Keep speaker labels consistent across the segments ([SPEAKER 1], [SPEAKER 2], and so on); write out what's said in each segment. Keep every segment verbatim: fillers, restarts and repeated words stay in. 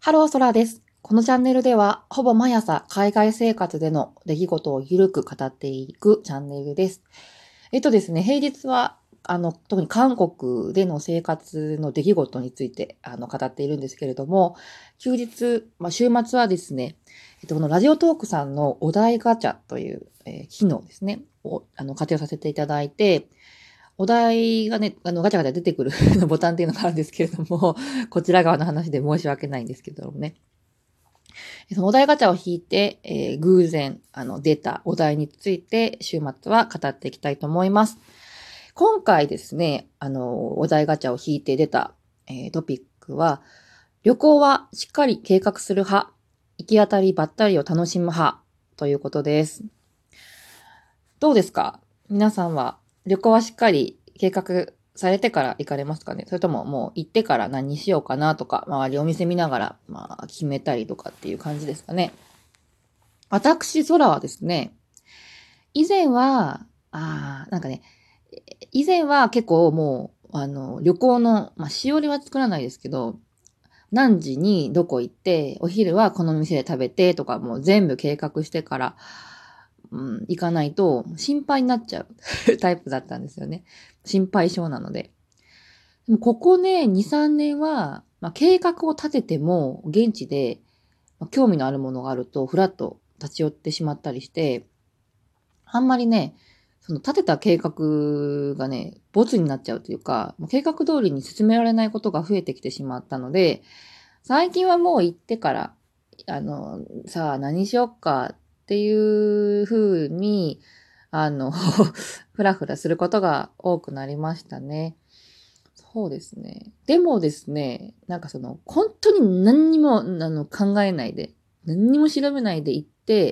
[SPEAKER 1] ハローソラです。このチャンネルでは、ほぼ毎朝海外生活での出来事をゆるく語っていくチャンネルです。えっとですね、平日は、あの、特に韓国での生活の出来事について、あの、語っているんですけれども、休日、まあ、週末はですね、えっと、このラジオトークさんのお題ガチャという、えー機能ですね、を、あの、活用させていただいて、お題がね、あの、ガチャガチャ出てくるボタンっていうのがあるんですけれども、こちら側の話で申し訳ないんですけどもね。そのお題ガチャを引いて、えー偶然、あの、出たお題について、週末は語っていきたいと思います。今回ですね、あの、お題ガチャを引いて出た、えートピックは、旅行はしっかり計画する派、行き当たりばったりを楽しむ派、ということです。どうですか？皆さんは旅行はしっかり計画されてから行かれますかね？それとももう行ってから何しようかなとか、周りお店見ながら、まあ、決めたりとかっていう感じですかね。私、空はですね、以前は、ああ、なんかね、以前は結構もう、あの、旅行の、まあ、しおりは作らないですけど、何時にどこ行って、お昼はこの店で食べてとか、もう全部計画してから、うん、行かないと心配になっちゃうタイプだったんですよね。心配性なので。でもここね、に、さんねんは、まあ、計画を立てても、現地で、まあ興味のあるものがあると、ふらっと立ち寄ってしまったりして、あんまりね、その立てた計画がね、ボツになっちゃうというか、もう計画通りに進められないことが増えてきてしまったので、最近はもう行ってから、あの、さあ何しよっかっていう風に、あの、ふらふらすることが多くなりましたね。そうですね。でもですね、なんかその、本当に何にも、あの、考えないで、何にも調べないで行って、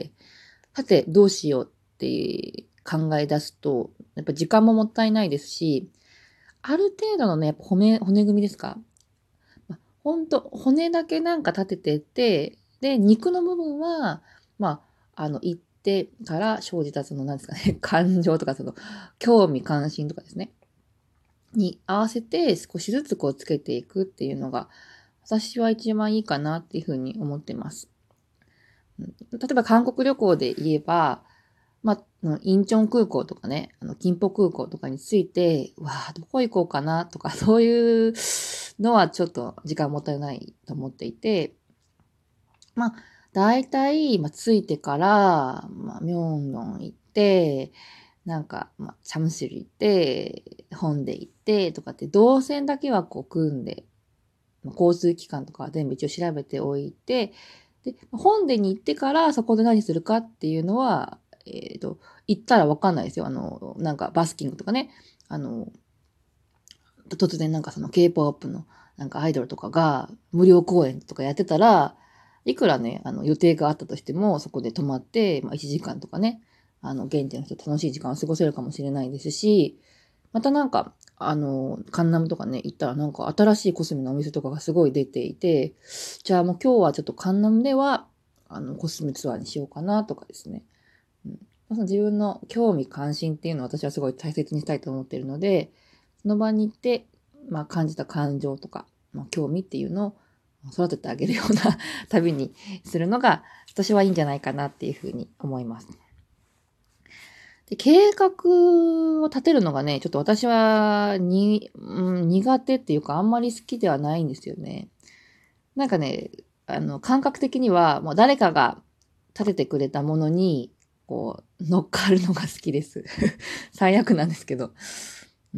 [SPEAKER 1] さて、どうしようって考え出すと、やっぱ時間ももったいないですし、ある程度のね、やっぱ骨、骨組みですか？ま、ほんと、骨だけなんか立ててて、で、肉の部分は、まあ、あの、行ってから生じたその、なんですかね、感情とかその、興味関心とかですね、に合わせて少しずつこうつけていくっていうのが、私は一番いいかなっていうふうに思ってます。うん、例えば韓国旅行で言えば、まあ、インチョン空港とかね、あの、キンポ空港とかについて、うわあ、どこ行こうかなとか、そういうのはちょっと時間もったいないと思っていて、まあ、大体、まあ、着いてから、まあ、ミョンドン行って、なんか、まあ、チャムシル行って、本で行ってとかって、動線だけはこう組んで、まあ、交通機関とかは全部一応調べておいて、で、本でに行ってからそこで何するかっていうのは、えっと、行ったらわかんないですよ。あの、なんかバスキングとかね、あの、突然なんかその K-ポップ のなんかアイドルとかが無料公演とかやってたら、いくらね、あの予定があったとしても、そこで泊まって、まあ、いちじかんとかね、あの、現地の人と楽しい時間を過ごせるかもしれないですし、またなんか、あの、カンナムとかね、行ったらなんか新しいコスメのお店とかがすごい出ていて、じゃあもう今日はちょっとカンナムでは、あの、コスメツアーにしようかなとかですね。うん、その自分の興味関心っていうのを私はすごい大切にしたいと思っているので、その場に行って、まあ感じた感情とか、まあ、興味っていうのを育ててあげるような旅にするのが、私はいいんじゃないかなっていうふうに思います。で、計画を立てるのがね、ちょっと私はに、うん、苦手っていうかあんまり好きではないんですよね。なんかね、あの、感覚的にはもう誰かが立ててくれたものに、こう、乗っかるのが好きです。最悪なんですけど。うん。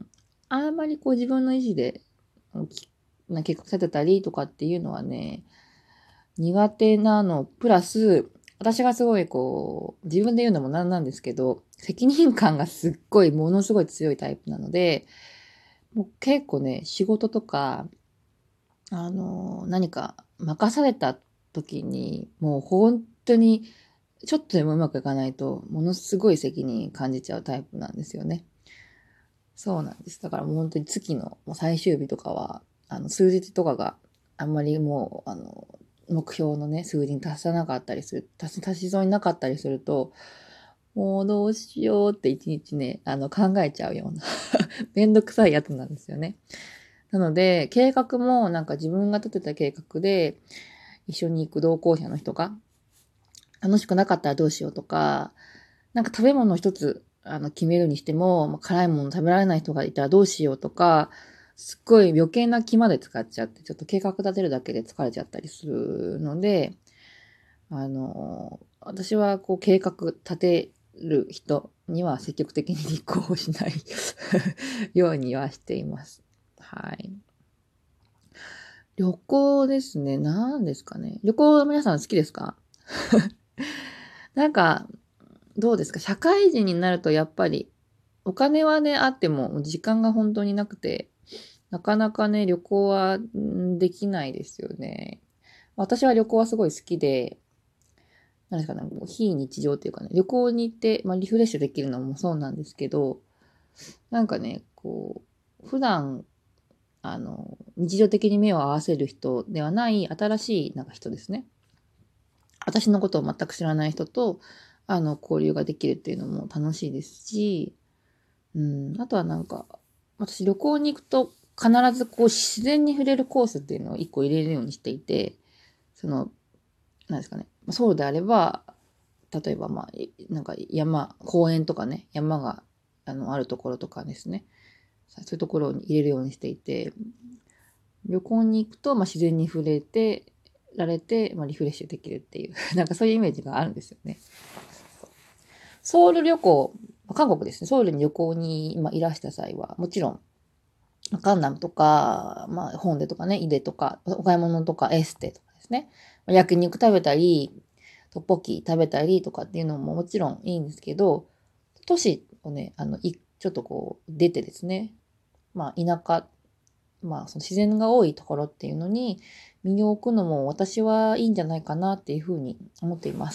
[SPEAKER 1] あんまりこう自分の意思で、きな計画立てたりとかっていうのはね、苦手なの、プラス、私がすごいこう、自分で言うのもなんなんですけど、責任感がすっごい、ものすごい強いタイプなので、もう結構ね、仕事とか、あの、何か任された時に、もう本当に、ちょっとでもうまくいかないと、ものすごい責任感じちゃうタイプなんですよね。そうなんです。だからもう本当に月のもう最終日とかは、あの、数日とかがあんまりもう、あの、目標のね、数字に達さなかったりする、達達しそうになかったりすると、もうどうしようって一日ね、あの、考えちゃうようなめんどくさいやつなんですよね。 なので、計画もなんか自分が立てた計画で、一緒に行く同行者の人が、楽しくなかったらどうしようとか、なんか食べ物一つ、あの、決めるにしても、まあ、辛いもの食べられない人がいたらどうしようとか、すっごい余計な気まで使っちゃって、ちょっと計画立てるだけで疲れちゃったりするので、あの、私はこう計画立てる人には積極的に立候補しないようにはしています。はい。旅行ですね。何ですかね。旅行皆さん好きですか？なんか、どうですか？社会人になるとやっぱり、お金はね、あっても時間が本当になくて、なかなかね、旅行はんできないですよね。私は旅行はすごい好きで、なんですかね、もう非日常っていうかね、旅行に行って、まあ、リフレッシュできるのもそうなんですけど、なんかね、こう、普段、あの、日常的に目を合わせる人ではない新しいなんか人ですね。私のことを全く知らない人と、あの、交流ができるっていうのも楽しいですし、うん、あとはなんか、私旅行に行くと必ずこう自然に触れるコースっていうのを一個入れるようにしていて、その、なんですかね、そうであれば、例えばまあ、なんか山、公園とかね、山があのあるところとかですね、そういうところに入れるようにしていて、旅行に行くとまあ自然に触れて、られて、まあ、リフレッシュできるっていう、なんかそういうイメージがあるんですよね。ソウル旅行、韓国ですね、ソウルに旅行に今いらした際は、もちろん、カンナムとか、まあ、本でとかね、イデとか、お買い物とかエステとかですね。焼肉食べたり、トッポッキ食べたりとかっていうのももちろんいいんですけど、都市をね、あの、いちょっとこう、出てですね、まあ、田舎、まあ、その自然が多いところっていうのに身を置くのも私はいいんじゃないかなっていうふうに思っています。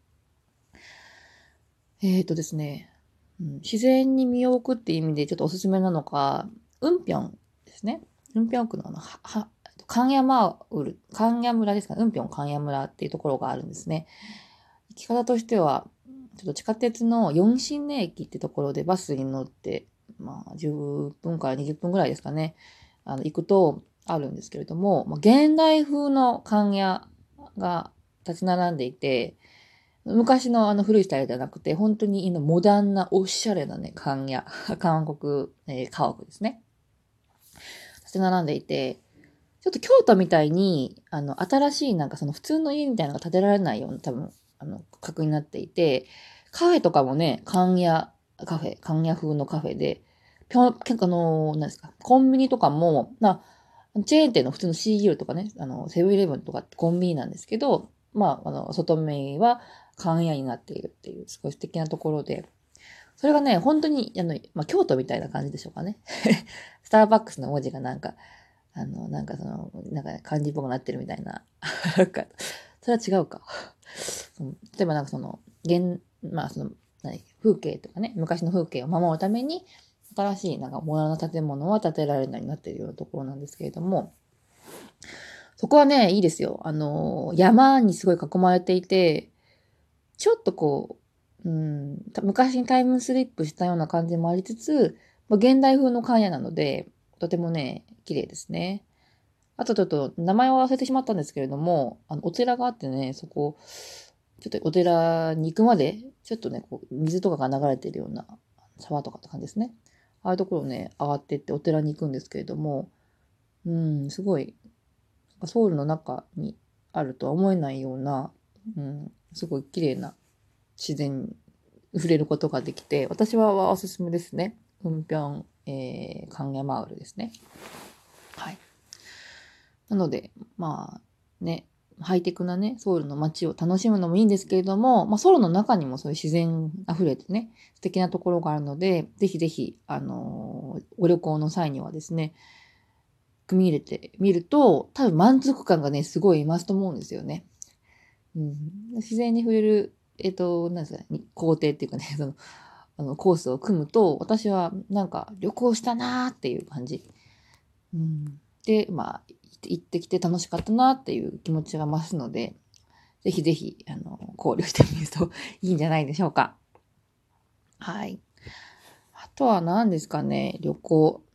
[SPEAKER 1] えーとですね、うん、自然に身を置くっていう意味でちょっとおすすめなのが、ウンピョンですね。ウンピョン区のあの、は、は、カンヤマウル、カンヤ村ですかね。ウンピョンカンヤ村っていうところがあるんですね。行き方としては、ちょっと地下鉄の四新根駅ってところでバスに乗って、まあ、じゅっぷんからにじゅっぷんぐらいですかね。あの、行くとあるんですけれども、まあ、現代風の缶屋が立ち並んでいて、昔のあの古いスタイルじゃなくて、本当に今モダンなおしゃれなね、缶屋、韓国、えー、家屋ですね。立ち並んでいて、ちょっと京都みたいに、あの、新しいなんかその普通の家みたいなのが建てられないような多分、あの、格になっていて、カフェとかもね、缶屋カフェ、缶屋風のカフェで、ぴょん、結構あの、何ですか、コンビニとかも、まあ、チェーン店の普通の シーユー とかね、あの、セブンイレブンとかってコンビニなんですけど、まあ、あの、外面は缶屋になっているっていう、すごい素敵なところで、それがね、本当に、あの、まあ、京都みたいな感じでしょうかね。スターバックスの文字がなんか、あの、なんかその、なんか漢字っぽくなってるみたいな。なんか、それは違うか。例えばなんかその、現、まあその、何、風景とかね、昔の風景を守るために、新しいなんかモダンな建物は建てられないようになっているようなところなんですけれども、そこはね、いいですよ。あの、山にすごい囲まれていて、ちょっとこう、うん、昔にタイムスリップしたような感じもありつつ、現代風の缶屋なので、とてもね、綺麗ですね。あとちょっと名前を忘れてしまったんですけれども、あの、お寺があってね、そこ、ちょっとお寺に行くまで、ちょっとね、こう、水とかが流れてるような沢とかって感じですね。ああいうところをね、上がっていってお寺に行くんですけれども、うん、すごい、ソウルの中にあるとは思えないような、うん、すごい綺麗な自然に触れることができて、私はおすすめですね。ウンピョン、えー、カンヤマウルですね。はい。なので、まあね、ハイテクなね、ソウルの街を楽しむのもいいんですけれども、まあ、ソウルの中にもそういう自然あふれてね、素敵なところがあるので、ぜひぜひ、あのーご旅行の際にはですね、組み入れてみると、多分満足感がね、すごい増すと思うんですよね。うん、自然に触れる、えっと、なんですかね、工程っていうかね、その、あの、コースを組むと、私はなんか旅行したなーっていう感じ。うん、で、まあ、行ってきて楽しかったなっていう気持ちが増すので、ぜひぜひ、あの、考慮してみるといいんじゃないでしょうか。はい。あとは何ですかね、旅行。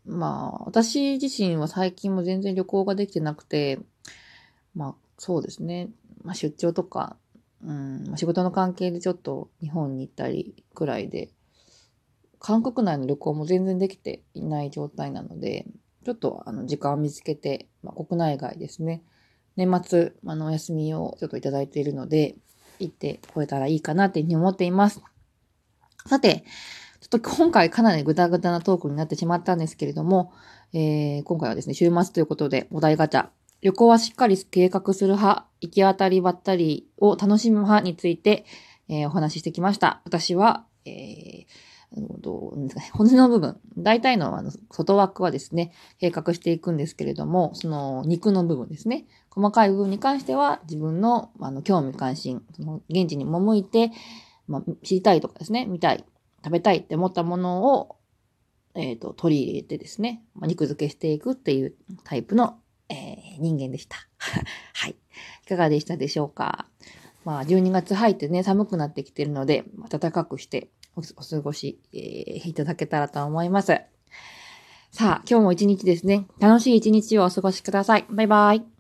[SPEAKER 1] まあ、私自身は最近も全然旅行ができてなくて、まあ、そうですね。まあ、出張とか、うん、まあ仕事の関係でちょっと日本に行ったりくらいで、韓国内の旅行も全然できていない状態なので、ちょっとあの時間を見つけて、まあ、国内外ですね。年末、あの、お休みをちょっといただいているので、行ってこれたらいいかなっていうふうに思っています。さて、ちょっと今回かなりグダグダなトークになってしまったんですけれども、えー、今回はですね、週末ということでお題ガチャ。旅行はしっかり計画する派、行き当たりばったりを楽しむ派について、えーお話ししてきました。私は、えーあのどうなんですかね、骨の部分、大体のあの外枠はですね、計画していくんですけれども、その肉の部分ですね、細かい部分に関しては自分のあの興味関心、その現地に赴いて、まあ、知りたいとかですね、見たい、食べたいって思ったものを、えっと、取り入れてですね、まあ、肉付けしていくっていうタイプの、えー人間でした。はい。いかがでしたでしょうか。まあ、じゅうにがつ入ってね、寒くなってきてるので、暖かくしておお過ごし、えーいただけたらと思います。さあ、今日も一日ですね、楽しい一日をお過ごしください。バイバイ。